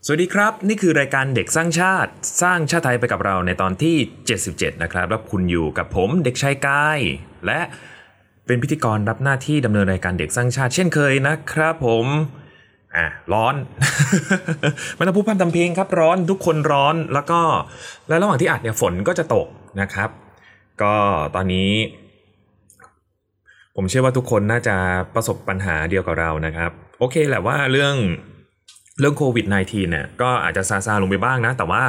สวัสดีครับนี่คือรายการเด็กสร้างชาติสร้างชาติไทยไปกับเราในตอนที่77นะครับแล้วคุณอยู่กับผมเด็กชายกายและเป็นพิธีกรรับหน้าที่ดำเนินรายการเด็กสร้างชาติเช่นเคยนะครับผมร้อน ไม่ต้องพูดพร่ำทำเพลงครับร้อนทุกคนร้อนแล้วระหว่างที่อัดเนี่ยฝนก็จะตกนะครับก็ตอนนี้ผมเชื่อว่าทุกคนน่าจะประสบปัญหาเดียวกับเรานะครับโอเคแหละว่าเรื่องโควิด -19 เนี่ยก็อาจจะซาลงไปบ้างนะแต่ว่า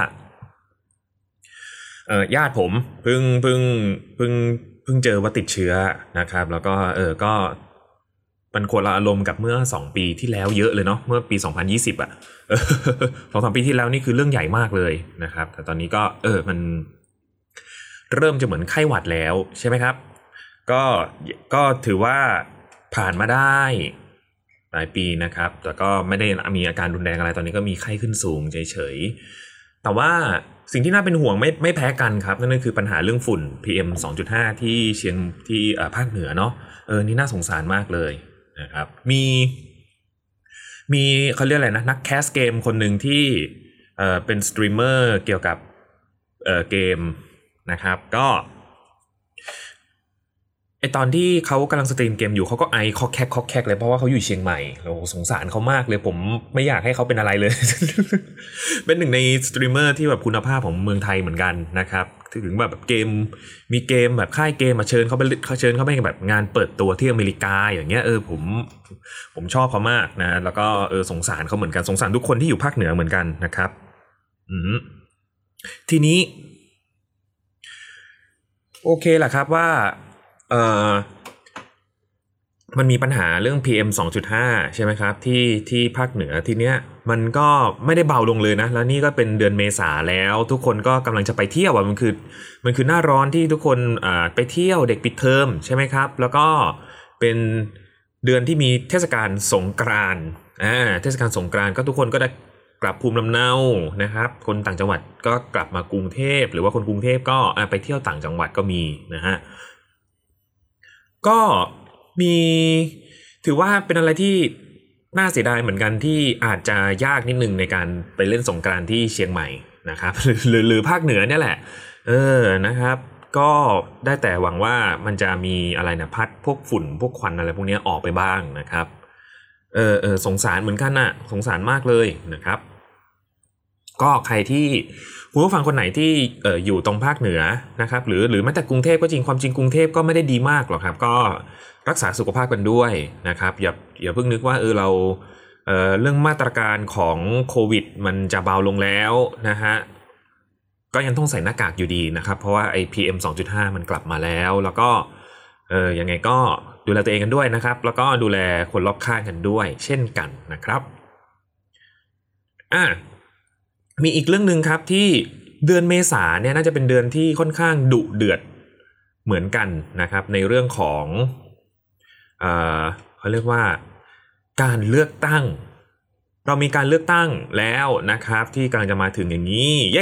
ญาติผมเพิ่งเจอว่าติดเชื้อนะครับแล้วก็ก็มันคนละอารมณ์กับเมื่อ2ปีที่แล้วเยอะเลยเนาะเมื่อปี2020อ่ะ2-3 ปีที่แล้วนี่คือเรื่องใหญ่มากเลยนะครับแต่ตอนนี้ก็มันเริ่มจะเหมือนไข้หวัดแล้วใช่ไหมครับก็ถือว่าผ่านมาได้หลายปีนะครับแต่ก็ไม่ได้มีอาการรุนแรงอะไรตอนนี้ก็มีไข้ขึ้นสูงเฉยๆแต่ว่าสิ่งที่น่าเป็นห่วงไม่แพ้กันครับนั่นก็คือปัญหาเรื่องฝุ่น PM 2.5 ที่ภาคเหนือเนาะนี่น่าสงสารมากเลยนะครับมีเขาเรียกอะไรนะนักแคสเกมคนหนึ่งที่เป็นสตรีมเมอร์เกี่ยวกับเกมนะครับก็ตอนที่เขากำลังสตรีมเกมอยู่เขาก็ไอคอกแคกเลยเพราะว่าเขาอยู่เชียงใหม่โอ้สงสารเขามากเลยผมไม่อยากให้เขาเป็นอะไรเลย เป็นหนึ่งในสตรีมเมอร์ที่แบบคุณภาพของเมืองไทยเหมือนกันนะครับถึงแบบเกมมีเกมแบบค่ายเกมมาเชิญเขาไปแบบงานเปิดตัวที่อเมริกาอย่างเงี้ยผมชอบเขามากนะแล้วก็สงสารเขาเหมือนกันสงสารทุกคนที่อยู่ภาคเหนือเหมือนกันนะครับทีนี้โอเคแหละครับว่ามันมีปัญหาเรื่อง PM 2.5 ใช่ไหมครับที่ภาคเหนือทีเนี้ยมันก็ไม่ได้เบาลงเลยนะแล้วนี่ก็เป็นเดือนเมษาแล้วทุกคนก็กำลังจะไปเที่ยวมันคือหน้าร้อนที่ทุกคนไปเที่ยวเด็กปิดเทอมใช่ไหมครับแล้วก็เป็นเดือนที่มีเทศกาลสงกรานต์เทศกาลสงกรานต์ก็ทุกคนก็ได้กลับภูมิลำเนานะครับคนต่างจังหวัดก็กลับมากรุงเทพหรือว่าคนกรุงเทพก็ไปเที่ยวต่างจังหวัดก็มีนะฮะก็มีถือว่าเป็นอะไรที่น่าเสียดายเหมือนกันที่อาจจะยากนิดนึงในการไปเล่นสงกรานต์ที่เชียงใหม่นะครับ หรือภาคเหนือเนี่ยแหละนะครับก็ได้แต่หวังว่ามันจะมีอะไรนะพัดพวกฝุ่นพวกควันอะไรพวกนี้ออกไปบ้างนะครับสงสารเหมือนกันน่ะสงสารมากเลยนะครับก็ใครที่คุณผู้ฟังคนไหนที่อยู่ตรงภาคเหนือนะครับหรือแม้แต่กรุงเทพก็จริงความจริงกรุงเทพก็ไม่ได้ดีมากหรอกครับก็รักษาสุขภาพกันด้วยนะครับอย่าเพิ่งนึกว่าเราเรื่องมาตรการของโควิดมันจะเบาลงแล้วนะฮะก็ยังต้องใส่หน้ากากอยู่ดีนะครับเพราะว่าไอ้ PM 2.5 มันกลับมาแล้วก็ยังไงก็ดูแลตัวเองกันด้วยนะครับแล้วก็ดูแลคนรอบข้างกันด้วยเช่นกันนะครับมีอีกเรื่องนึงครับที่เดือนเมษาเนี่ยน่าจะเป็นเดือนที่ค่อนข้างดุเดือดเหมือนกันนะครับในเรื่องของเขาเรียกว่าการเลือกตั้งเรามีการเลือกตั้งแล้วนะครับที่กำลังจะมาถึงอย่างนี้เย้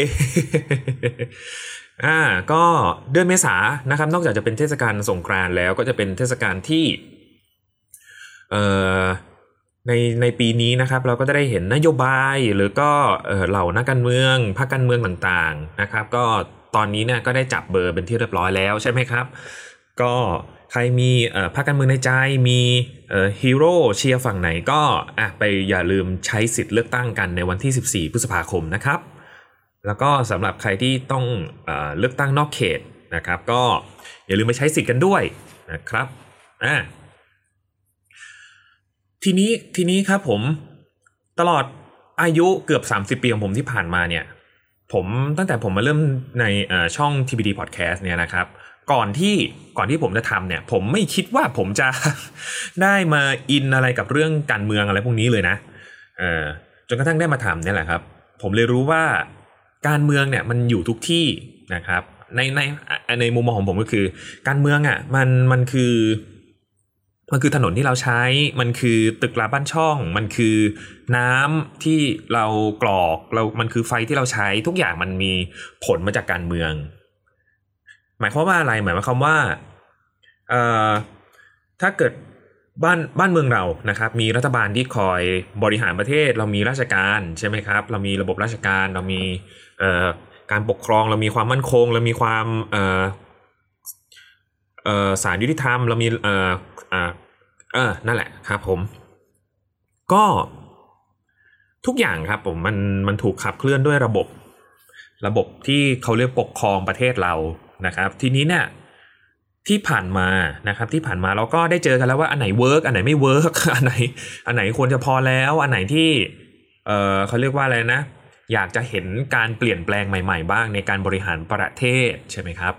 ก็เดือนเมษานะครับนอกจากจะเป็นเทศกาลสงกรานต์แล้วก็จะเป็นเทศกาลที่ในปีนี้นะครับเราก็จะได้เห็นนโยบายหรือก็เหล่านักการเมืองพรรคการเมืองต่างๆนะครับก็ตอนนี้เนี่ยก็ได้จับเบอร์เป็นที่เรียบร้อยแล้วใช่ไหมครับก็ใครมีพรรคการเมืองในใจมีฮีโร่เชียร์ฝั่งไหนก็ไปอย่าลืมใช้สิทธิ์เลือกตั้งกันในวันที่14 พฤษภาคมนะครับแล้วก็สำหรับใครที่ต้องเลือกตั้งนอกเขตนะครับก็อย่าลืมไปใช้สิทธิ์กันด้วยนะครับทีนี้ครับผมตลอดอายุเกือบ30 ปีของผมที่ผ่านมาเนี่ยตั้งแต่ผมมาเริ่มในช่อง TBD Podcast เนี่ยนะครับก่อนที่ผมจะทำเนี่ยผมไม่คิดว่าผมจะ ได้มาอินอะไรกับเรื่องการเมืองอะไรพวกนี้เลยนะจนกระทั่งได้มาทำเนี่ยแหละครับผมเลยรู้ว่าการเมืองเนี่ยมันอยู่ทุกที่นะครับในมุมมองของผมก็คือการเมืองมันคือถนนที่เราใช้มันคือตึกราบ้านช่องมันคือน้ำที่เรากรอกมันคือไฟที่เราใช้ทุกอย่างมันมีผลมาจากการเมืองหมายความว่าอะไรหมายความว่าถ้าเกิดบ้านเมืองเรานะครับมีรัฐบาลที่คอยบริหารประเทศเรามีราชการใช่ไหมครับเรามีระบบราชการเรามีการปกครองเรามีความมั่นคงเรามีความศาลยุติธรรมเรามีนั่นแหละครับผมก็ทุกอย่างครับผมมันถูกขับเคลื่อนด้วยระบบที่เขาเรียกปกครองประเทศเรานะครับทีนี้เนี่ยที่ผ่านมานะครับที่ผ่านมาเราก็ได้เจอกันแล้วว่าอันไหนเวิร์กอันไหนไม่เวิร์กอันไหนควรจะพอแล้วอันไหนที่เขาเรียกว่าอะไรนะอยากจะเห็นการเปลี่ยนแปลงใหม่ๆบ้างในการบริหารประเทศใช่ไหมครับ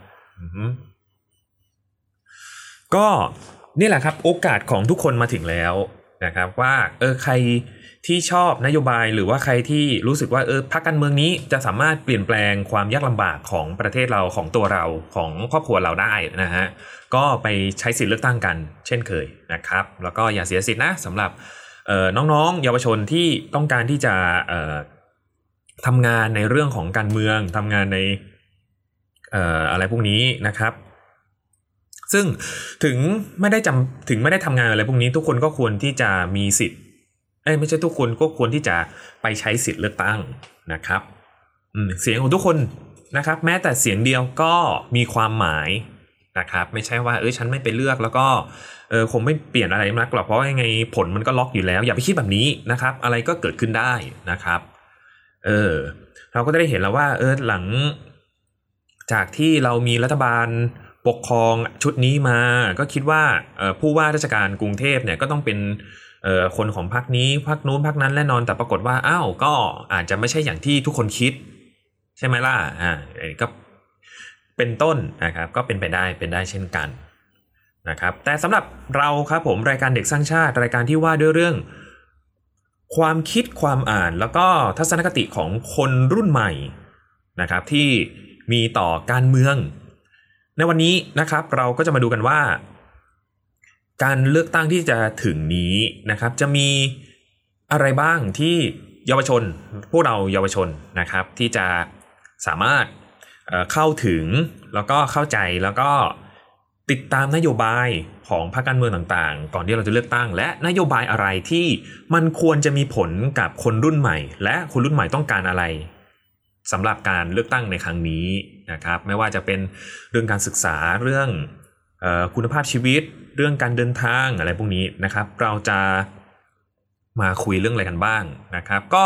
ก็นี่แหละครับโอกาสของทุกคนมาถึงแล้วนะครับว่าใครที่ชอบนโยบายหรือว่าใครที่รู้สึกว่าพรรคการเมืองนี้จะสามารถเปลี่ยนแปลงความยากลำบากของประเทศเราของตัวเราของครอบครัวเราได้นะฮะก็ไปใช้สิทธิ์เลือกตั้งกันเช่นเคยนะครับแล้วก็อย่าเสียสิทธิ์นะสำหรับน้องๆเยาวชนที่ต้องการที่จะทำงานในเรื่องของการเมืองทำงานในอะไรพวกนี้นะครับซึ่งถึงไม่ได้ทำงานอะไรพวกนี้ทุกคนก็ควรที่จะมีสิทธิ์ไม่ใช่ทุกคนก็ควรที่จะไปใช้สิทธิ์เลือกตั้งนะครับเสียงของทุกคนนะครับแม้แต่เสียงเดียวก็มีความหมายนะครับไม่ใช่ว่าฉันไม่ไปเลือกแล้วก็คงไม่เปลี่ยนอะไรมากหรอกเพราะยังไงผลมันก็ล็อกอยู่แล้วอย่าไปคิดแบบนี้นะครับอะไรก็เกิดขึ้นได้นะครับเราก็ได้เห็นแล้วว่าหลังจากที่เรามีรัฐบาลปกครองชุดนี้มาก็คิดว่าผู้ว่าราชการกรุงเทพเนี่ยก็ต้องเป็นคนของพรรคนี้พรรคนู้นพรรคนั้นแน่นอนแต่ปรากฏว่าก็อาจจะไม่ใช่อย่างที่ทุกคนคิดใช่ไหมล่ะก็เป็นต้นนะครับก็เป็นไปได้เช่นกันนะครับแต่สำหรับเราครับผมรายการเด็กสร้างชาติรายการที่ว่าด้วยเรื่องความคิดความอ่านแล้วก็ทัศนคติของคนรุ่นใหม่นะครับที่มีต่อการเมืองในวันนี้นะครับเราก็จะมาดูกันว่าการเลือกตั้งที่จะถึงนี้นะครับจะมีอะไรบ้างที่เยาวชนพวกเราเยาวชนนะครับที่จะสามารถเข้าถึงแล้วก็เข้าใจแล้วก็ติดตามนโยบายของพรรคการเมืองต่างๆก่อนที่เราจะเลือกตั้งและนโยบายอะไรที่มันควรจะมีผลกับคนรุ่นใหม่และคนรุ่นใหม่ต้องการอะไรสำหรับการเลือกตั้งในครั้งนี้นะครับไม่ว่าจะเป็นเรื่องการศึกษาเรื่องคุณภาพชีวิตเรื่องการเดินทางอะไรพวกนี้นะครับเราจะมาคุยเรื่องอะไรกันบ้างนะครับก็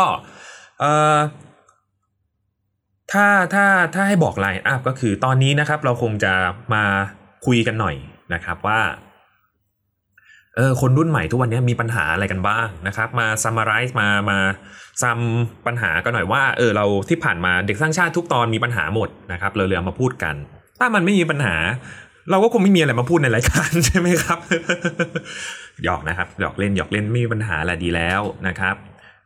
ถ้าให้บอกไลน์อัพก็คือตอนนี้นะครับเราคงจะมาคุยกันหน่อยนะครับว่าคนรุ่นใหม่ทุกวันนี้มีปัญหาอะไรกันบ้างนะครับมาซัมมาไรซ์มาซัมปัญหากันหน่อยว่าเราที่ผ่านมาเด็กสร้างชาติทุกตอนมีปัญหาหมดนะครับเราเลยเอามาพูดกันถ้ามันไม่มีปัญหาเราก็คงไม่มีอะไรมาพูดในรายการใช่ไหมครับ หยอกนะครับหยอกเล่นไม่มีปัญหาอะไรดีแล้วนะครับ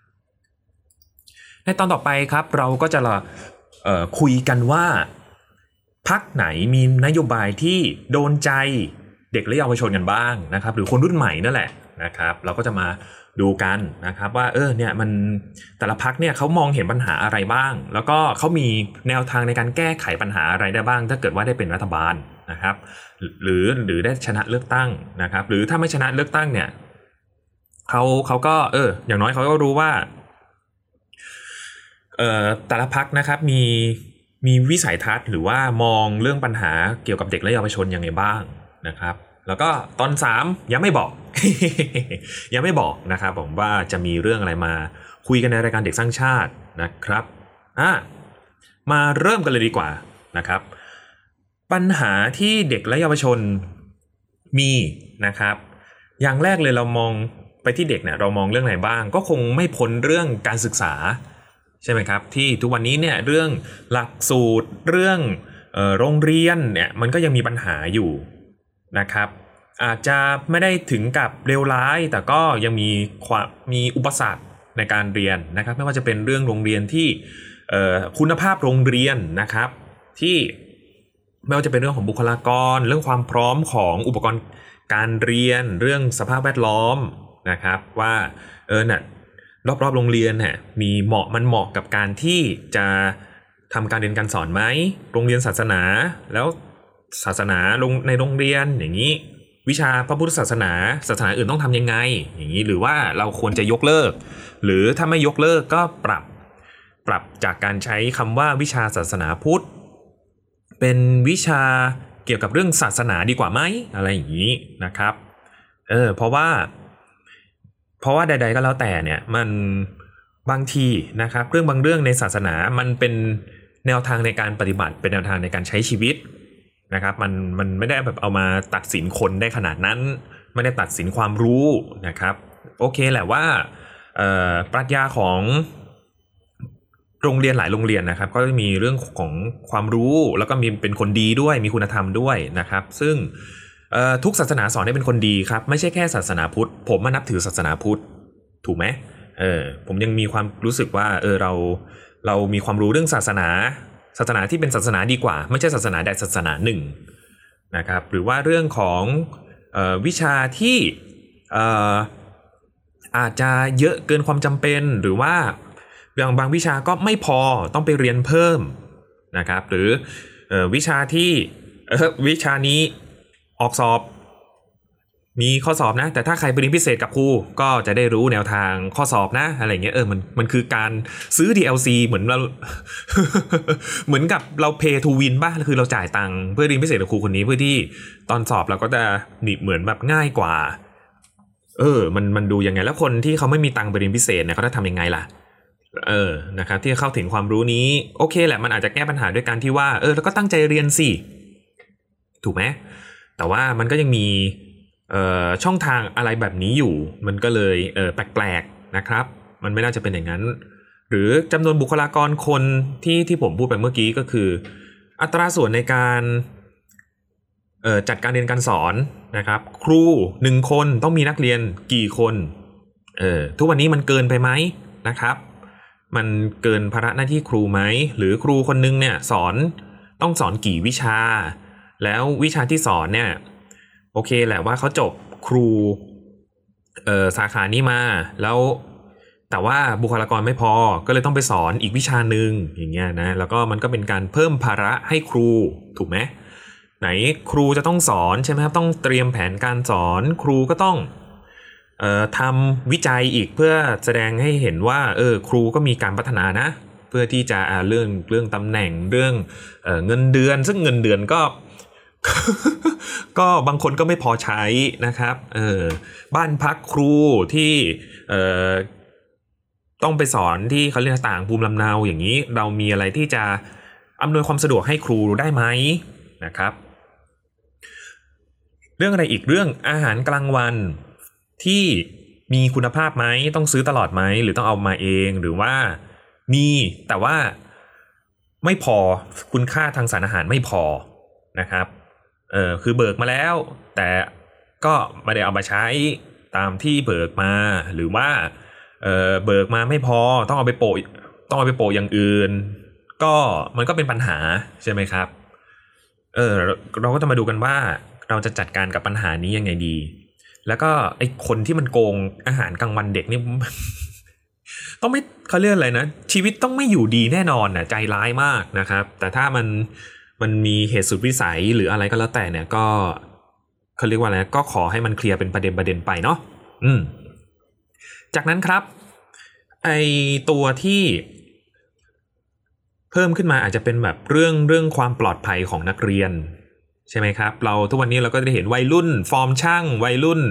ในตอนต่อไปครับเราก็จะคุยกันว่าพรรคไหนมีนโยบายที่โดนใจเด็กและเยาวชนกันบ้างนะครับหรือคนรุ่นใหม่นั่นแหละนะครับเราก็จะมาดูกันนะครับว่าเนี่ยมันแต่ละพรรคเนี่ยเขามองเห็นปัญหาอะไรบ้างแล้วก็เขามีแนวทางในการแก้ไขปัญหาอะไรได้บ้างถ้าเกิดว่าได้เป็นรัฐบาลนะครับหรือได้ชนะเลือกตั้งนะครับหรือถ้าไม่ชนะเลือกตั้งเนี่ยเขาก็อย่างน้อยเขาก็รู้ว่าแต่ละพรรคนะครับมีวิสัยทัศน์หรือว่ามองเรื่องปัญหาเกี่ยวกับเด็กและเยาวชนยังไงบ้างนะครับแล้วก็ตอน3ยังไม่บอก ยังไม่บอกนะครับผมว่าจะมีเรื่องอะไรมาคุยกันในรายการเด็กสร้างชาตินะครับมาเริ่มกันเลยดีกว่านะครับปัญหาที่เด็กและเยาวชนมีนะครับอย่างแรกเลยเรามองไปที่เด็กเนี่ยเรามองเรื่องไหนบ้างก็คงไม่พ้นเรื่องการศึกษาใช่ไหมครับที่ทุกวันนี้เนี่ยเรื่องหลักสูตรเรื่องโรงเรียนเนี่ยมันก็ยังมีปัญหาอยู่นะครับอาจจะไม่ได้ถึงกับเลวร้ายแต่ก็ยังมีอุปสรรคในการเรียนนะครับไม่ว่าจะเป็นเรื่องโรงเรียนที่คุณภาพโรงเรียนนะครับที่ไม่ว่าจะเป็นเรื่องของบุคลากรเรื่องความพร้อมของอุปกรณ์การเรียนเรื่องสภาพแวดล้อมนะครับว่าน่ะรอบๆโรงเรียนเนี่ยมันเหมาะกับการที่จะทำการเรียนการสอนไหมโรงเรียนศาสนาแล้วศาสนาในโรงเรียนอย่างนี้วิชาพระพุทธศาสนาอื่นต้องทำยังไงอย่างนี้หรือว่าเราควรจะยกเลิกหรือถ้าไม่ยกเลิกก็ปรับจากการใช้คำว่าวิชาศาสนาพุทธเป็นวิชาเกี่ยวกับเรื่องศาสนาดีกว่าไหมอะไรอย่างนี้นะครับเพราะว่าใดๆก็แล้วแต่เนี่ยมันบางทีนะครับเรื่องบางเรื่องในศาสนามันเป็นแนวทางในการปฏิบัติเป็นแนวทางในการใช้ชีวิตนะครับมันไม่ได้แบบเอามาตัดสินคนได้ขนาดนั้นไม่ได้ตัดสินความรู้นะครับโอเคแหละว่าปรัชญาของโรงเรียนหลายโรงเรียนนะครับก็จะมีเรื่องของความรู้แล้วก็มีเป็นคนดีด้วยมีคุณธรรมด้วยนะครับซึ่งทุกศาสนาสอนให้เป็นคนดีครับไม่ใช่แค่ศาสนาพุทธผมนับถือศาสนาพุทธถูกไหมผมยังมีความรู้สึกว่าเรามีความรู้เรื่องศาสนาที่เป็นศาสนาดีกว่าไม่ใช่ศาสนาใดศาสนาหนึ่งนะครับหรือว่าเรื่องของวิชาที่อาจจะเยอะเกินความจำเป็นหรือว่าบางวิชาก็ไม่พอต้องไปเรียนเพิ่มนะครับหรือวิชาที่วิชานี้ออกสอบมีข้อสอบนะแต่ถ้าใครไปเรียนพิเศษกับครูก็จะได้รู้แนวทางข้อสอบนะอะไรเงี้ยมันคือการซื้อ DLC เหมือนเรา เหมือนกับเรา pay to win ป่ะคือเราจ่ายตังค์เพื่อเรียนพิเศษกับครูคนนี้เพื่อที่ตอนสอบเราก็จะเหมือนแบบง่ายกว่ามันดูยังไงแล้วคนที่เขาไม่มีตังค์ไปเรียนพิเศษเนี่ยเขาจะทำยังไงล่ะนะครับที่เข้าถึงความรู้นี้โอเคแหละมันอาจจะแก้ปัญหาด้วยการที่ว่าแล้วก็ตั้งใจเรียนสิถูกไหมแต่ว่ามันก็ยังมีช่องทางอะไรแบบนี้อยู่มันก็เลยแปลกๆนะครับมันไม่น่าจะเป็นอย่างนั้นหรือจำนวนบุคลากรคนที่ผมพูดไปเมื่อกี้ก็คืออัตราส่วนในการจัดการเรียนการสอนนะครับครู1คนต้องมีนักเรียนกี่คนทุกวันนี้มันเกินไปไหมนะครับมันเกินภาระหน้าที่ครูไหมหรือครูคนนึงเนี่ยต้องสอนกี่วิชาแล้ววิชาที่สอนเนี่ยโอเคแหละว่าเขาจบครูสาขานี้มาแล้วแต่ว่าบุคลากรไม่พอก็เลยต้องไปสอนอีกวิชาหนึ่งอย่างเงี้ยนะแล้วก็มันก็เป็นการเพิ่มภาระให้ครูถูกไหมไหนครูจะต้องสอนใช่ไหมครับต้องเตรียมแผนการสอนครูก็ต้องทำวิจัยอีกเพื่อแสดงให้เห็นว่าครูก็มีการพัฒนานะเพื่อที่จะเรื่องตำแหน่งเรื่องเงินเดือนซึ่งเงินเดือนก็ ก็บางคนก็ไม่พอใช้นะครับบ้านพักครูที่ต้องไปสอนที่เขาเรียกต่างภูมิลำเนาอย่างนี้เรามีอะไรที่จะอำนวยความสะดวกให้ครูได้ไหมนะครับเรื่องอะไรอีกเรื่องอาหารกลางวันที่มีคุณภาพไหมต้องซื้อตลอดไหมหรือต้องเอามาเองหรือว่ามีแต่ว่าไม่พอคุณค่าทางสารอาหารไม่พอนะครับคือเบิกมาแล้วแต่ก็ไม่ได้เอามาใช้ตามที่เบิกมาหรือว่าเบิกมาไม่พอต้องเอาไปโปะอย่างอื่นก็มันก็เป็นปัญหาใช่ไหมครับเราก็จะมาดูกันว่าเราจะจัดการกับปัญหานี้ยังไงดีแล้วก็ไอ้คนที่มันโกงอาหารกลางวันเด็กนี่ ต้องไม่เขาเรียกอะไรนะชีวิตต้องไม่อยู่ดีแน่นอนน่ะใจร้ายมากนะครับแต่ถ้ามันมีเหตุสุดวิสัยหรืออะไรก็แล้วแต่เนี่ยก็เขาเรียกว่าอะไรก็ขอให้มันเคลียร์เป็นประเด็นไปเนาะจากนั้นครับไอตัวที่เพิ่มขึ้นมาอาจจะเป็นแบบเรื่องความปลอดภัยของนักเรียนใช่ไหมครับเราทุกวันนี้เราก็จะเห็นวัยรุ่นฟอร์มช่างวัยรุ่น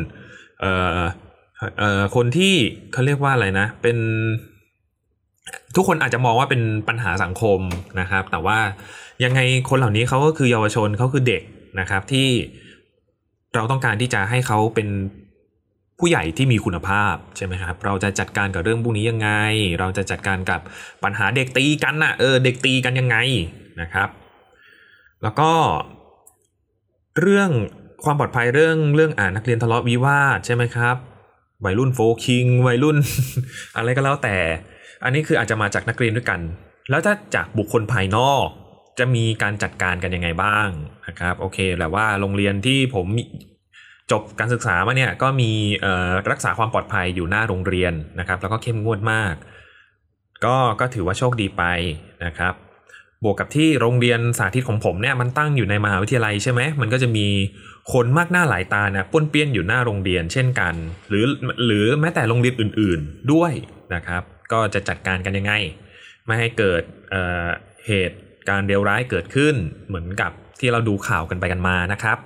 คนที่เขาเรียกว่าอะไรนะเป็นทุกคนอาจจะมองว่าเป็นปัญหาสังคมนะครับแต่ว่ายังไงคนเหล่านี้เขาก็คือเยาวชนเขาคือเด็กนะครับที่เราต้องการที่จะให้เขาเป็นผู้ใหญ่ที่มีคุณภาพใช่ไหมครับเราจะจัดการกับเรื่องพวกนี้ยังไงเราจะจัดการกับปัญหาเด็กตีกันน่ะเด็กตีกันยังไงนะครับแล้วก็เรื่องความปลอดภัยเรื่องนักเรียนทะเลาะวิวาทใช่ไหมครับวัยรุ่นโฟคิงวัยรุ่น อะไรก็แล้วแต่อันนี้คืออาจจะมาจากนักเรียนด้วยกันแล้วถ้าจากบุคคลภายนอกจะมีการจัดการกันยังไงบ้างนะครับโอเคแหละว่าโรงเรียนที่ผมจบการศึกษามาเนี่ยก็มีรักษาความปลอดภัยอยู่หน้าโรงเรียนนะครับแล้วก็เข้มงวดมากก็ถือว่าโชคดีไปนะครับบวกกับที่โรงเรียนสาธิตของผมเนี่ยมันตั้งอยู่ในมหาวิทยาลัยใช่ไหมมันก็จะมีคนมากหน้าหลายตาเนี่ยป้วนเปี้ยนอยู่หน้าโรงเรียนเช่นกันหรือแม้แต่โรงเรียนอื่นๆด้วยนะครับก็จะจัดการกันยังไงไม่ให้เกิดเหตุการณ์เลวร้ายเกิดขึ้นเหมือนกับที่เราดูข่าวกันไปกันมานะครับ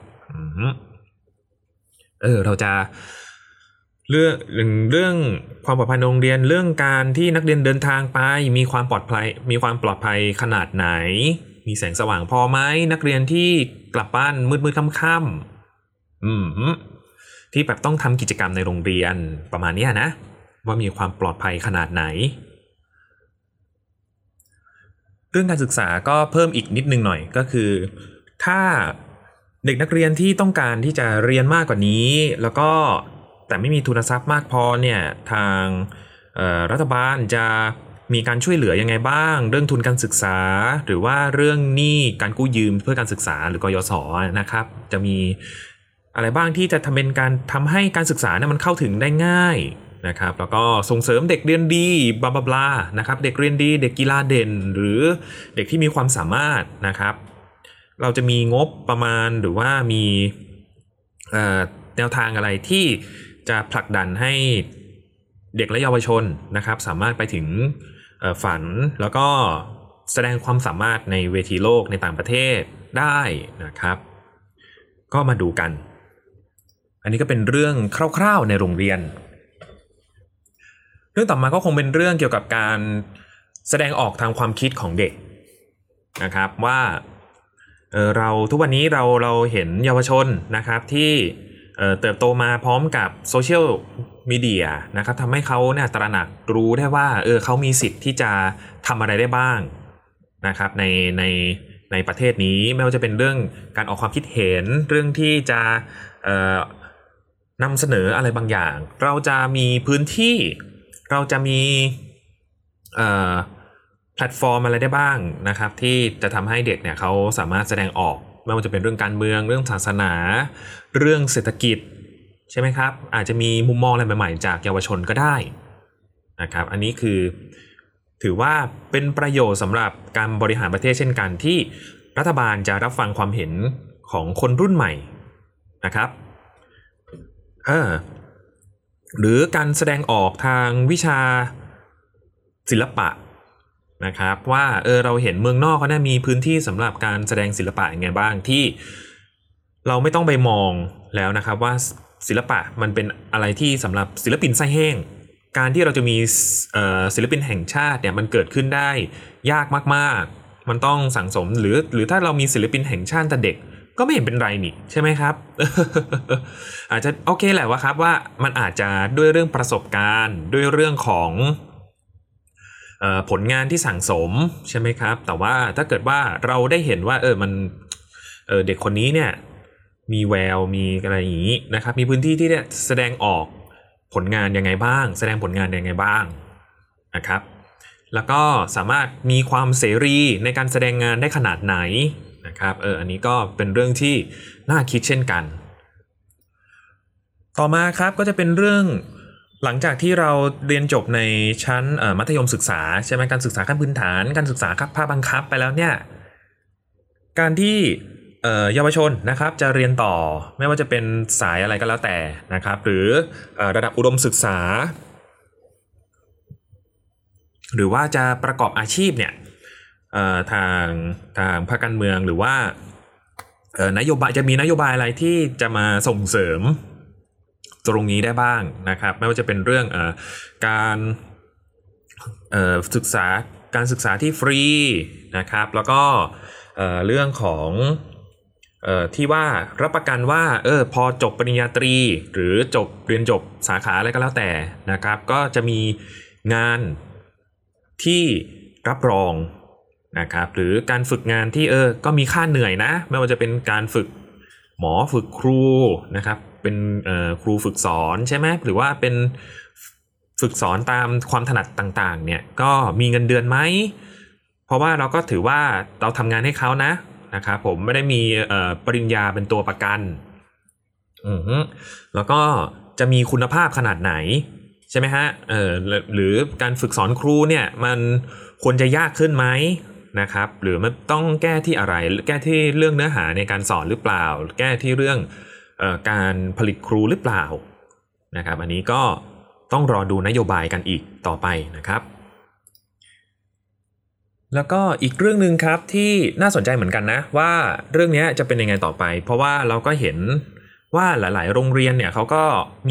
เราจะเรื่องความปลอดภัยในโรงเรียนเรื่องการที่นักเรียนเดินทางไปมีความปลอดภัยขนาดไหนมีแสงสว่างพอไหมนักเรียนที่กลับบ้านมืดค่ำๆที่แบบต้องทำกิจกรรมในโรงเรียนประมาณนี้นะว่ามีความปลอดภัยขนาดไหนเรื่องการศึกษาก็เพิ่มอีกนิดนึงหน่อยก็คือถ้าเด็กนักเรียนที่ต้องการที่จะเรียนมากกว่านี้แล้วก็แต่ไม่มีทุนทรัพย์มากพอเนี่ยทางรัฐบาลจะมีการช่วยเหลือยังไงบ้างเรื่องทุนการศึกษาหรือว่าเรื่องหนี้การกู้ยืมเพื่อการศึกษาหรือกยศนะครับจะมีอะไรบ้างที่จะทำให้การศึกษาเนี่ยมันเข้าถึงได้ง่ายนะครับแล้วก็ส่งเสริมเด็กเรียนดีบลาบลานะครับเด็กเรียนดีเด็กกีฬาเด่นหรือเด็กที่มีความสามารถนะครับเราจะมีงบประมาณหรือว่ามีแนวทางอะไรที่จะผลักดันให้เด็กและเยาวชนนะครับสามารถไปถึงฝันแล้วก็แสดงความสามารถในเวทีโลกในต่างประเทศได้นะครับก็มาดูกันอันนี้ก็เป็นเรื่องคร่าวๆในโรงเรียนเรื่องต่อมาก็คงเป็นเรื่องเกี่ยวกับการแสดงออกทางความคิดของเด็กนะครับว่าเราทุกวันนี้เราเห็นเยาวชนนะครับที่เติบโตมาพร้อมกับโซเชียลมีเดียนะครับทำให้เขาเนี่ยตระหนักรู้ได้ว่าเขามีสิทธิ์ที่จะทำอะไรได้บ้างนะครับในประเทศนี้ไม่ว่าจะเป็นเรื่องการออกความคิดเห็นเรื่องที่จะนำเสนออะไรบางอย่างเราจะมีพื้นที่เราจะมีแพลตฟอร์มอะไรได้บ้างนะครับที่จะทำให้เด็กเนี่ยเขาสามารถแสดงออกไม่ว่าจะเป็นเรื่องการเมืองเรื่องศาสนาเรื่องเศรษฐกิจใช่ไหมครับอาจจะมีมุมมองอะไรใหม่ๆจากเยาวชนก็ได้นะครับอันนี้คือถือว่าเป็นประโยชน์สำหรับการบริหารประเทศเช่นกันที่รัฐบาลจะรับฟังความเห็นของคนรุ่นใหม่นะครับหรือการแสดงออกทางวิชาศิลปะนะครับว่าเราเห็นเมืองนอกเขาเนี่ยมีพื้นที่สำหรับการแสดงศิลปะยังไงบ้างที่เราไม่ต้องไปมองแล้วนะครับว่าศิลปะมันเป็นอะไรที่สำหรับศิลปินไส้แห้งการที่เราจะมีศิลปินแห่งชาติเนี่ยมันเกิดขึ้นได้ยากมากๆมันต้องสั่งสมหรือถ้าเรามีศิลปินแห่งชาติแต่เด็กก็ไม่เห็นเป็นไรนี่ใช่ไหมครับ อาจจะโอเคแหละว่าครับว่ามันอาจจะด้วยเรื่องประสบการณ์ด้วยเรื่องของผลงานที่สั่งสมใช่ไหมครับแต่ว่าถ้าเกิดว่าเราได้เห็นว่ามันเด็กคนนี้เนี่ยมีแววมีอะไรอย่างนี้นะครับมีพื้นที่ที่จะแสดงออกผลงานยังไงบ้างแสดงผลงานยังไงบ้างนะครับแล้วก็สามารถมีความเสรีในการแสดงงานได้ขนาดไหนนะครับอันนี้ก็เป็นเรื่องที่น่าคิดเช่นกันต่อมาครับก็จะเป็นเรื่องหลังจากที่เราเรียนจบในชั้นมัธยมศึกษาใช่ไหมการศึกษาขั้นพื้นฐานการศึกษาภาคบังคับไปแล้วเนี่ยการที่เยาวชนนะครับจะเรียนต่อไม่ว่าจะเป็นสายอะไรก็แล้วแต่นะครับหรือระดับอุดมศึกษาหรือว่าจะประกอบอาชีพเนี่ยทางภาคการเมืองหรือว่านโยบายจะมีนโยบายอะไรที่จะมาส่งเสริมตรงนี้ได้บ้างนะครับไม่ว่าจะเป็นเรื่องการศึกษาที่ฟรีนะครับแล้วก็เรื่องของที่ว่ารับประกันว่าพอจบปริญญาตรีหรือเรียนจบสาขาอะไรก็แล้วแต่นะครับก็จะมีงานที่รับรองนะครับหรือการฝึกงานที่ก็มีค่าเหนื่อยนะไม่ว่าจะเป็นการฝึกหมอฝึกครูนะครับเป็นครูฝึกสอนใช่ไหมหรือว่าเป็นฝึกสอนตามความถนัดต่างๆเนี่ยก็มีเงินเดือนไหมเพราะว่าเราก็ถือว่าเราทำงานให้เขานะครับผมไม่ได้มีปริญญาเป็นตัวประกันแล้วก็จะมีคุณภาพขนาดไหนใช่ไหมฮะหรือการฝึกสอนครูเนี่ยมันควรจะยากขึ้นไหมนะครับหรือมันต้องแก้ที่อะไรแก้ที่เรื่องเนื้อหาในการสอนหรือเปล่าแก้ที่เรื่องการผลิตครูหรือเปล่านะครับอันนี้ก็ต้องรอดูนโยบายกันอีกต่อไปนะครับแล้วก็อีกเรื่องนึงครับที่น่าสนใจเหมือนกันนะว่าเรื่องนี้จะเป็นยังไงต่อไปเพราะว่าเราก็เห็นว่าหลายๆโรงเรียนเนี่ยเขาก็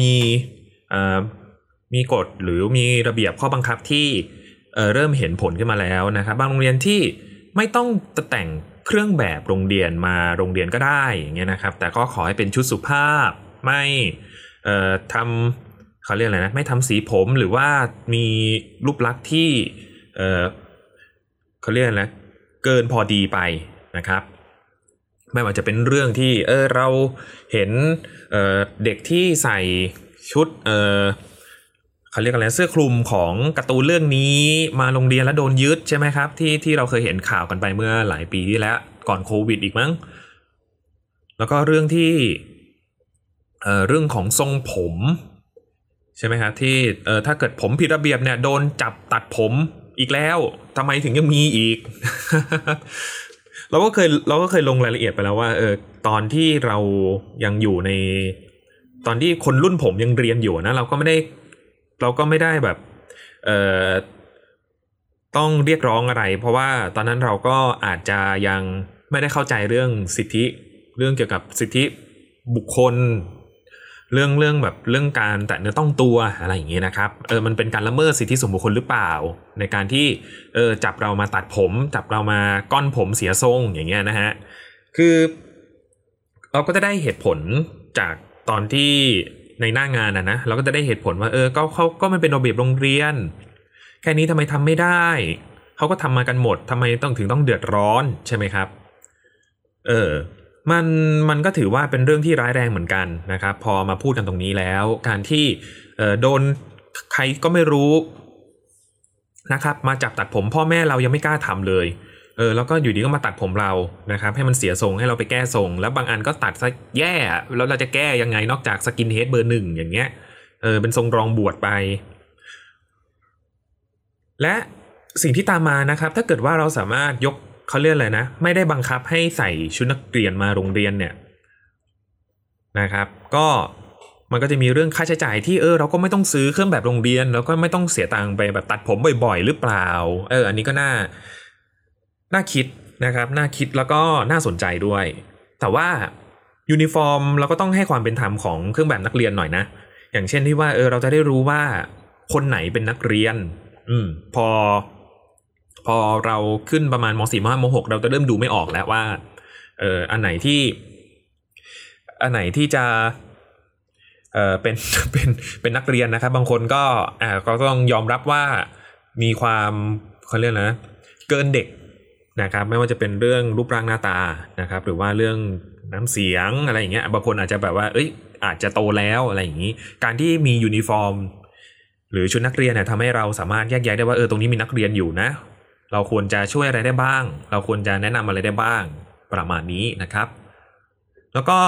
มีกฎหรือมีระเบียบข้อบังคับที่เริ่มเห็นผลขึ้นมาแล้วนะครับบางโรงเรียนที่ไม่ต้องแต่งเครื่องแบบโรงเรียนมาโรงเรียนก็ได้อย่างเงี้ยนะครับแต่ก็ขอให้เป็นชุดสุภาพไม่ทำเขาเรียกอะไรนะไม่ทำสีผมหรือว่ามีรูปลักษณ์ที่เขาเรียกอะไรเกินพอดีไปนะครับไม่ว่าจะเป็นเรื่องที่เราเห็นเด็กที่ใส่ชุดเขาเรียกอะไรเสื้อคลุมของการ์ตูนเรื่องนี้มาโรงเรียนแล้วโดนยึดใช่ไหมครับที่เราเคยเห็นข่าวกันไปเมื่อหลายปีที่แล้วก่อนโควิดอีกมั้งแล้วก็เรื่องที่เรื่องของทรงผมใช่ไหมครับที่ถ้าเกิดผมผิดระเบียบเนี่ยโดนจับตัดผมอีกแล้วทำไมถึงยังมีอีก เราก็เคยลงรายละเอียดไปแล้วว่าตอนที่เรายังอยู่ในตอนที่คนรุ่นผมยังเรียนอยู่นะเราก็ไม่ได้แบบต้องเรียกร้องอะไรเพราะว่าตอนนั้นเราก็อาจจะยังไม่ได้เข้าใจเรื่องสิทธิเรื่องเกี่ยวกับสิทธิบุคคลเรื่องแบบเรื่องการแตะเนื้อต้องตัวอะไรอย่างเงี้ยนะครับมันเป็นการละเมิดสิทธิส่วนบุคคลหรือเปล่าในการที่จับเรามาตัดผมจับเรามาก้อนผมเสียทรงอย่างเงี้ยนะฮะคือเราก็จะได้เหตุผลจากตอนที่ในหน้างานนะเราก็จะได้เหตุผลว่าก็มันเป็นระเบียบโรงเรียนแค่นี้ทำไมทำไม่ได้เขาก็ทำมากันหมดทำไมต้องเดือดร้อนใช่ไหมครับมันก็ถือว่าเป็นเรื่องที่ร้ายแรงเหมือนกันนะครับพอมาพูดกันตรงนี้แล้วการที่โดนใครก็ไม่รู้นะครับมาจับตัดผมพ่อแม่เรายังไม่กล้าทำเลยแล้วก็อยู่ดีก็มาตัดผมเรานะครับให้มันเสียทรงให้เราไปแก้ทรงแล้วบางอันก็ตัดซะแย่แล้วเราจะแก้ยังไงนอกจากสกินเฮดเบอร์ 1อย่างเงี้ยเป็นทรงรองบวชไปและสิ่งที่ตามมานะครับถ้าเกิดว่าเราสามารถยกเขาเรียกอะไรนะไม่ได้บังคับให้ใส่ชุดนักเรียนมาโรงเรียนเนี่ยนะครับก็มันก็จะมีเรื่องค่าใช้จ่ายที่เราก็ไม่ต้องซื้อเครื่องแบบโรงเรียนแล้วก็ไม่ต้องเสียตังค์ไปแบบตัดผมบ่อยๆหรือเปล่าอันนี้ก็น่าคิดนะครับน่าคิดแล้วก็น่าสนใจด้วยแต่ว่ายูนิฟอร์มเราก็ต้องให้ความเป็นธรรมของเครื่องแบบนักเรียนหน่อยนะอย่างเช่นที่ว่าเราจะได้รู้ว่าคนไหนเป็นนักเรียนพอเราขึ้นประมาณม.4 ม.6 เราจะเริ่มดูไม่ออกแล้วว่าอันไหนที่จะเป็นนักเรียนนะครับบางคนก็ต้องยอมรับว่ามีความเขาเรียกนะเกินเด็กนะครับไม่ว่าจะเป็นเรื่องรูปร่างหน้าตานะครับหรือว่าเรื่องน้ำเสียงอะไรอย่างเงี้ยบางคนอาจจะแบบว่าอาจจะโตแล้วอะไรอย่างงี้การที่มียูนิฟอร์มหรือชุดนักเรียนเนี่ยทำให้เราสามารถแยกแยะได้ว่าตรงนี้มีนักเรียนอยู่นะเราควรจะช่วยอะไรได้บ้างเราควรจะแนะนำอะไรได้บ้างประมาณนี้นะครับแล้วก็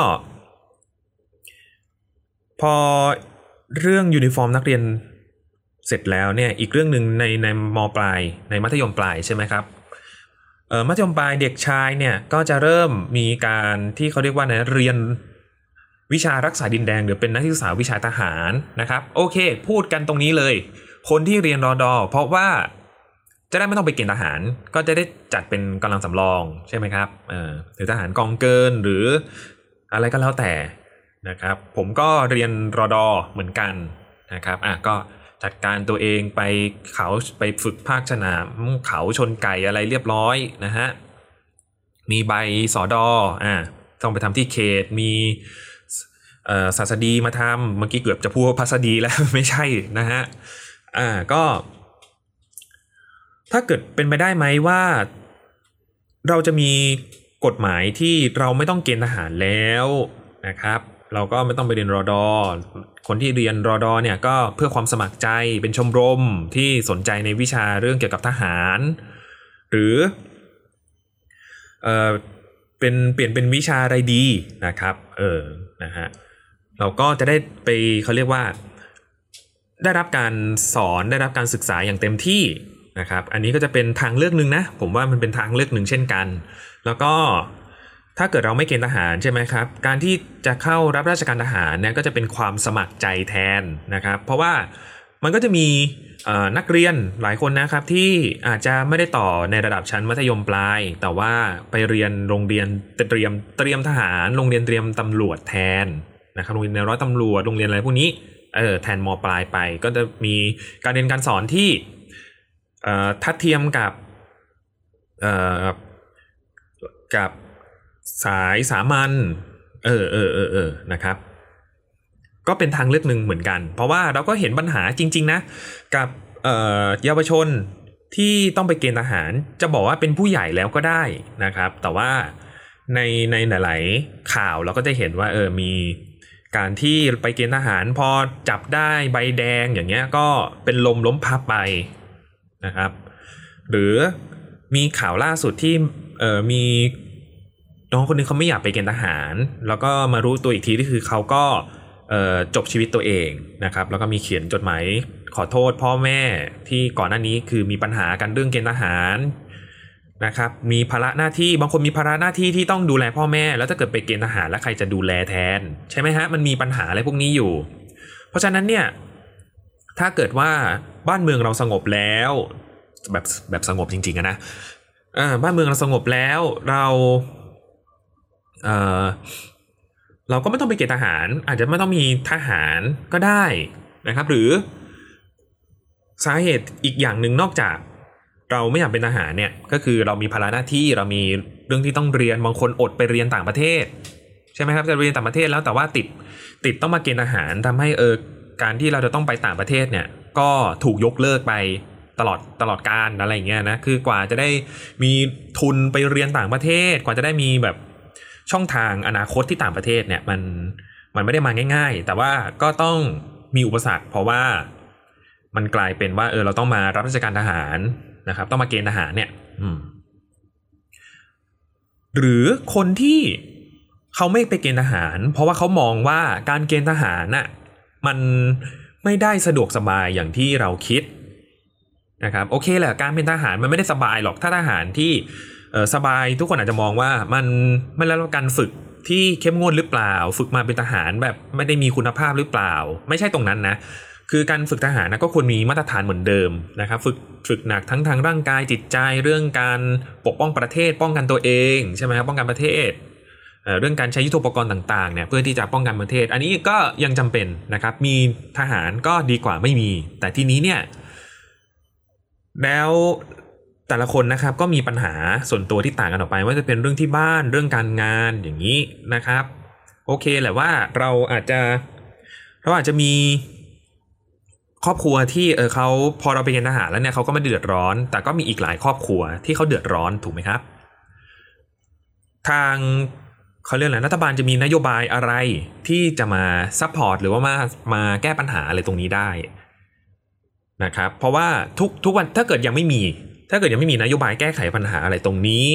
พอเรื่องยูนิฟอร์มนักเรียนเสร็จแล้วเนี่ยอีกเรื่องนึงในม.ปลายในมัธยมปลายใช่ไหมครับมัธยมปลายเด็กชายเนี่ยก็จะเริ่มมีการที่เขาเรียกว่าเรียนวิชารักษาดินแดงหรือเป็นนักศึกษาวิชาทหารนะครับโอเคพูดกันตรงนี้เลยคนที่เรียนรด.เพราะว่าจะได้ไม่ต้องไปเกณฑ์ทหารก็จะได้จัดเป็นกำลังสำรองใช่ไหมครับหรือทหารกองเกินหรืออะไรก็แล้วแต่นะครับผมก็เรียนรด.เหมือนกันนะครับก็จัดการตัวเองไปเขาไปฝึกภาคสนามเขาชนไก่อะไรเรียบร้อยนะฮะมีใบสด.ต้องไปทำที่เขตมีศาสดีมาทำเมื่อกี้เกือบจะพูดว่าพัสดีแล้ว ไม่ใช่นะฮะก็ถ้าเกิดเป็นไปได้ไหมว่าเราจะมีกฎหมายที่เราไม่ต้องเกณฑ์ทหารแล้วนะครับเราก็ไม่ต้องไปเรียนรด.คนที่เรียนรด.เนี่ยก็เพื่อความสมัครใจเป็นชมรมที่สนใจในวิชาเรื่องเกี่ยวกับทหารหรือเปลี่ยนเป็นวิชาอะไรดีนะครับนะฮะเราก็จะได้ไปเขาเรียกว่าได้รับการสอนได้รับการศึกษาอย่างเต็มที่นะครับอันนี้ก็จะเป็นทางเลือกนึงนะผมว่ามันเป็นทางเลือกนึงเช่นกันแล้วก็ถ้าเกิดเราไม่เกณฑ์ทหารใช่ไหมครับการที่จะเข้ารับราชการทหารเนี่ยก็จะเป็นความสมัครใจแทนนะครับเพราะว่ามันก็จะมีนักเรียนหลายคนนะครับที่อาจจะไม่ได้ต่อในระดับชั้นมัธยมปลายแต่ว่าไปเรียนโรงเรียนเตรียมทหารโรงเรียนเตรียมตำรวจแทนนะครับโรงเรียนในร้อยตำรวจโรงเรียนอะไรพวกนี้แทนม.ปลายไปก็จะมีการเรียนการสอนที่ทัดเทียมกับสายสามัญนะครับก็เป็นทางเลือกหนึ่งเหมือนกันเพราะว่าเราก็เห็นปัญหาจริงๆนะกับเยาวชนที่ต้องไปเกณฑ์ทหารจะบอกว่าเป็นผู้ใหญ่แล้วก็ได้นะครับแต่ว่าในหลายๆข่าวเราก็จะเห็นว่ามีการที่ไปเกณฑ์ทหารพอจับได้ใบแดงอย่างเงี้ยก็เป็นลมล้มพับไปนะครับหรือมีข่าวล่าสุดที่มีน้องคนนึงเขาไม่อยากไปเกณฑ์ทหารแล้วก็มารู้ตัวอีกทีที่คือเขาก็จบชีวิตตัวเองนะครับแล้วก็มีเขียนจดหมายขอโทษพ่อแม่ที่ก่อนหน้านี้คือมีปัญหากันเรื่องเกณฑ์ทหารนะครับมีภาระหน้าที่บางคนมีภาระหน้าที่ที่ต้องดูแลพ่อแม่แล้วถ้าเกิดไปเกณฑ์ทหารแล้วใครจะดูแลแทนใช่ไหมฮะมันมีปัญหาอะไรพวกนี้อยู่เพราะฉะนั้นเนี่ยถ้าเกิดว่าบ้านเมืองเราสงบแล้วแบบสงบจริงๆนะบ้านเมืองเราสงบแล้วเราก็ไม่ต้องไปเกณฑ์ทหารอาจจะไม่ต้องมีทหารก็ได้นะครับหรือสาเหตุอีกอย่างหนึ่งนอกจากเราไม่อยากเป็นทหารเนี่ยก็คือเรามีภาระหน้าที่เรามีเรื่องที่ต้องเรียนบางคนอดไปเรียนต่างประเทศใช่ไหมครับจะเรียนต่างประเทศแล้วแต่ว่าติดต้องมาเกณฑ์ทหารทำให้การที่เราจะต้องไปต่างประเทศเนี่ยก็ถูกยกเลิกไปตลอดการอะไรอย่างเงี้ยนะคือกว่าจะได้มีทุนไปเรียนต่างประเทศกว่าจะได้มีแบบช่องทางอนาคตที่ต่างประเทศเนี่ยมันไม่ได้มาง่ายๆแต่ว่าก็ต้องมีอุปสรรคเพราะว่ามันกลายเป็นว่าเราต้องมารับราชการทหารนะครับต้องมาเกณฑ์ทหารเนี่ยหรือคนที่เขาไม่ไปเกณฑ์ทหารเพราะว่าเขามองว่าการเกณฑ์ทหารน่ะมันไม่ได้สะดวกสบายอย่างที่เราคิดนะครับโอเคแหละการเป็นทหารมันไม่ได้สบายหรอกถ้าทหารที่สบายทุกคนอาจจะมองว่ามันไม่ได้รับการฝึกที่เข้มงวดหรือเปล่าฝึกมาเป็นทหารแบบไม่ได้มีคุณภาพหรือเปล่าไม่ใช่ตรงนั้นนะคือการฝึกทหารนะก็ควรมีมาตรฐานเหมือนเดิมนะครับฝึกหนักทั้งทางร่างกายจิตใจเรื่องการปกป้องประเทศป้องกันตัวเองใช่ไหมครับป้องกันประเทศเรื่องการใช้ยุทโธปกรณ์ต่างๆเนี่ยเพื่อที่จะป้องกันประเทศอันนี้ก็ยังจำเป็นนะครับมีทหารก็ดีกว่าไม่มีแต่ทีนี้เนี่ยแล้วแต่ละคนนะครับก็มีปัญหาส่วนตัวที่ต่างกันออกไปว่าจะเป็นเรื่องที่บ้านเรื่องการงานอย่างนี้นะครับโอเคแหละว่าเราอาจจะมีครอบครัวที่เขาพอเราไปเกณฑ์ทหารแล้วเนี่ยเขาก็ไม่เดือดร้อนแต่ก็มีอีกหลายครอบครัวที่เขาเดือดร้อนถูกไหมครับทางเขาเรียกอะไรรัฐบาลจะมีนโยบายอะไรที่จะมาซัพพอร์ตหรือว่ามาแก้ปัญหาอะไรตรงนี้ได้นะครับเพราะว่าทุกวันถ้าเกิดยังไม่มีนโยบายแก้ไขปัญหาอะไรตรงนี้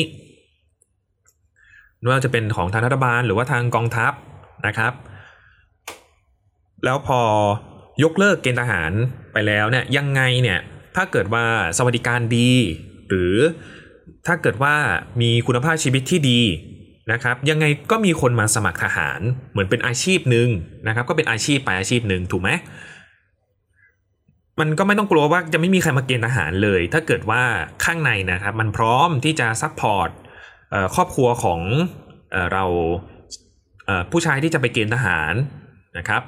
ไม่ว่าจะเป็นของทางรัฐบาลหรือว่าทางกองทัพนะครับแล้วพอยกเลิกเกณฑ์ทหารไปแล้วเนี่ยยังไงเนี่ยถ้าเกิดว่าสวัสดิการดีหรือถ้าเกิดว่ามีคุณภาพชีวิตที่ดีนะครับยังไงก็มีคนมาสมัครทหารเหมือนเป็นอาชีพหนึ่งนะครับก็เป็นอาชีพไปอาชีพหนึ่งถูกไหมมันก็ไม่ต้องกลัวว่าจะไม่มีใครมาเกณฑ์ทหารเลยถ้าเกิดว่าข้างในนะครับมันพร้อมที่จะซัพพอร์ตครอบครัวของเราผู้ชายที่จะไปเกณฑ์ทหารนะครับ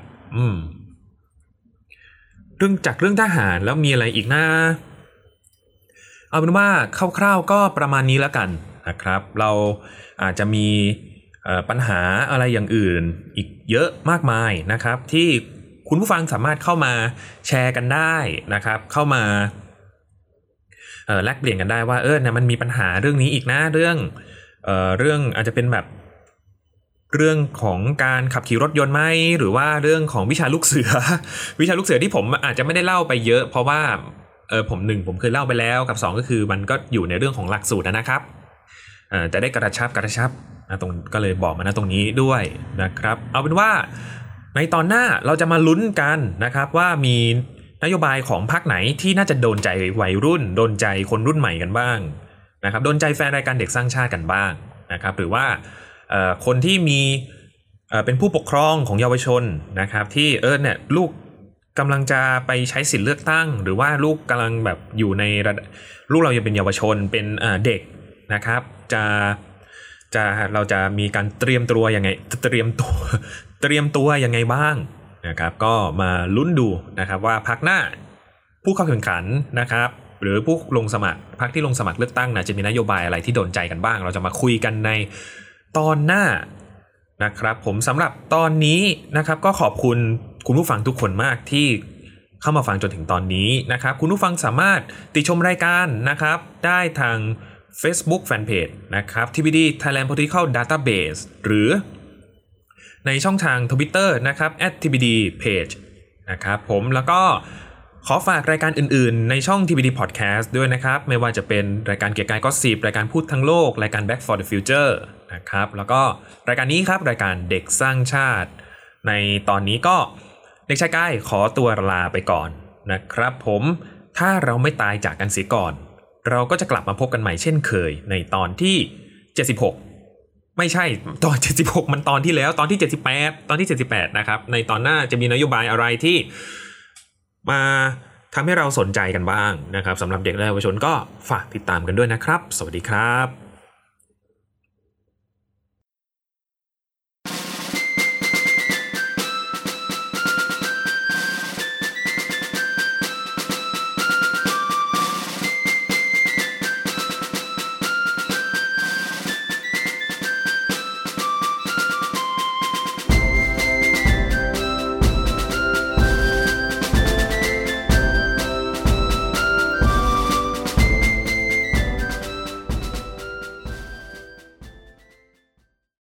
เรื่องทหารแล้วมีอะไรอีกนะเอาเป็นว่าคร่าวๆก็ประมาณนี้แล้วกันนะครับเราอาจจะมีปัญหาอะไรอย่างอื่นอีกเยอะมากมายนะครับที่คุณผู้ฟังสามารถเข้ามาแชร์กันได้นะครับเข้ามาแลกเปลี่ยนกันได้ว่าเนี่ยมันมีปัญหาเรื่องนี้อีกนะเรื่องอาจจะเป็นแบบเรื่องของการขับขี่รถยนต์ไหมหรือว่าเรื่องของวิชาลูกเสือที่ผมอาจจะไม่ได้เล่าไปเยอะเพราะว่าผมเคยเล่าไปแล้วกับ2ก็คือมันก็อยู่ในเรื่องของหลักสูตรนะครับจะได้กระชับตรงก็เลยบอกมานะตรงนี้ด้วยนะครับเอาเป็นว่าในตอนหน้าเราจะมาลุ้นกันนะครับว่ามีนโยบายของพรรคไหนที่น่าจะโดนใจวัยรุ่นโดนใจคนรุ่นใหม่กันบ้างนะครับโดนใจแฟนรายการเด็กสร้างชาติกันบ้างนะครับหรือว่าคนที่มีเป็นผู้ปกครองของเยาวชนนะครับที่เนี่ยลูกกำลังจะไปใช้สิทธิเลือกตั้งหรือว่าลูกกำลังแบบอยู่ในลูกเรายังเป็นเยาวชนเป็นเด็กนะครับเราจะมีการเตรียมตัวยังไงเตรียมตัวยังไงบ้างนะครับก็มาลุ้นดูนะครับว่าพรรคหน้าผู้เข้าแข่งขันนะครับหรือผู้ลงสมัครพรรคที่ลงสมัครเลือกตั้งนะจะมีนโยบายอะไรที่โดนใจกันบ้างเราจะมาคุยกันในตอนหน้านะครับผมสำหรับตอนนี้นะครับก็ขอบคุณคุณผู้ฟังทุกคนมากที่เข้ามาฟังจนถึงตอนนี้นะครับคุณผู้ฟังสามารถติชมรายการนะครับได้ทาง Facebook Fanpage นะครับ TBD Thailand Political Database หรือในช่องทาง Twitter นะครับ @tbdpage นะครับผมแล้วก็ขอฝากรายการอื่นๆในช่อง TBD Podcast ด้วยนะครับไม่ว่าจะเป็นรายการเกียร์กายก็สิบรายการพูดทั้งโลกรายการ Back for the Future นะครับแล้วก็รายการนี้ครับรายการเด็กสร้างชาติในตอนนี้ก็เด็กชายกายขอตัวลาไปก่อนนะครับผมถ้าเราไม่ตายจากกันเสียก่อนเราก็จะกลับมาพบกันใหม่เช่นเคยในตอนที่76ไม่ใช่ตอน76มันตอนที่แล้วตอนที่78นะครับในตอนหน้าจะมีนโยบายอะไรที่มาทำให้เราสนใจกันบ้างนะครับสำหรับเด็กและเยาวชนก็ฝากติดตามกันด้วยนะครับสวัสดีครับ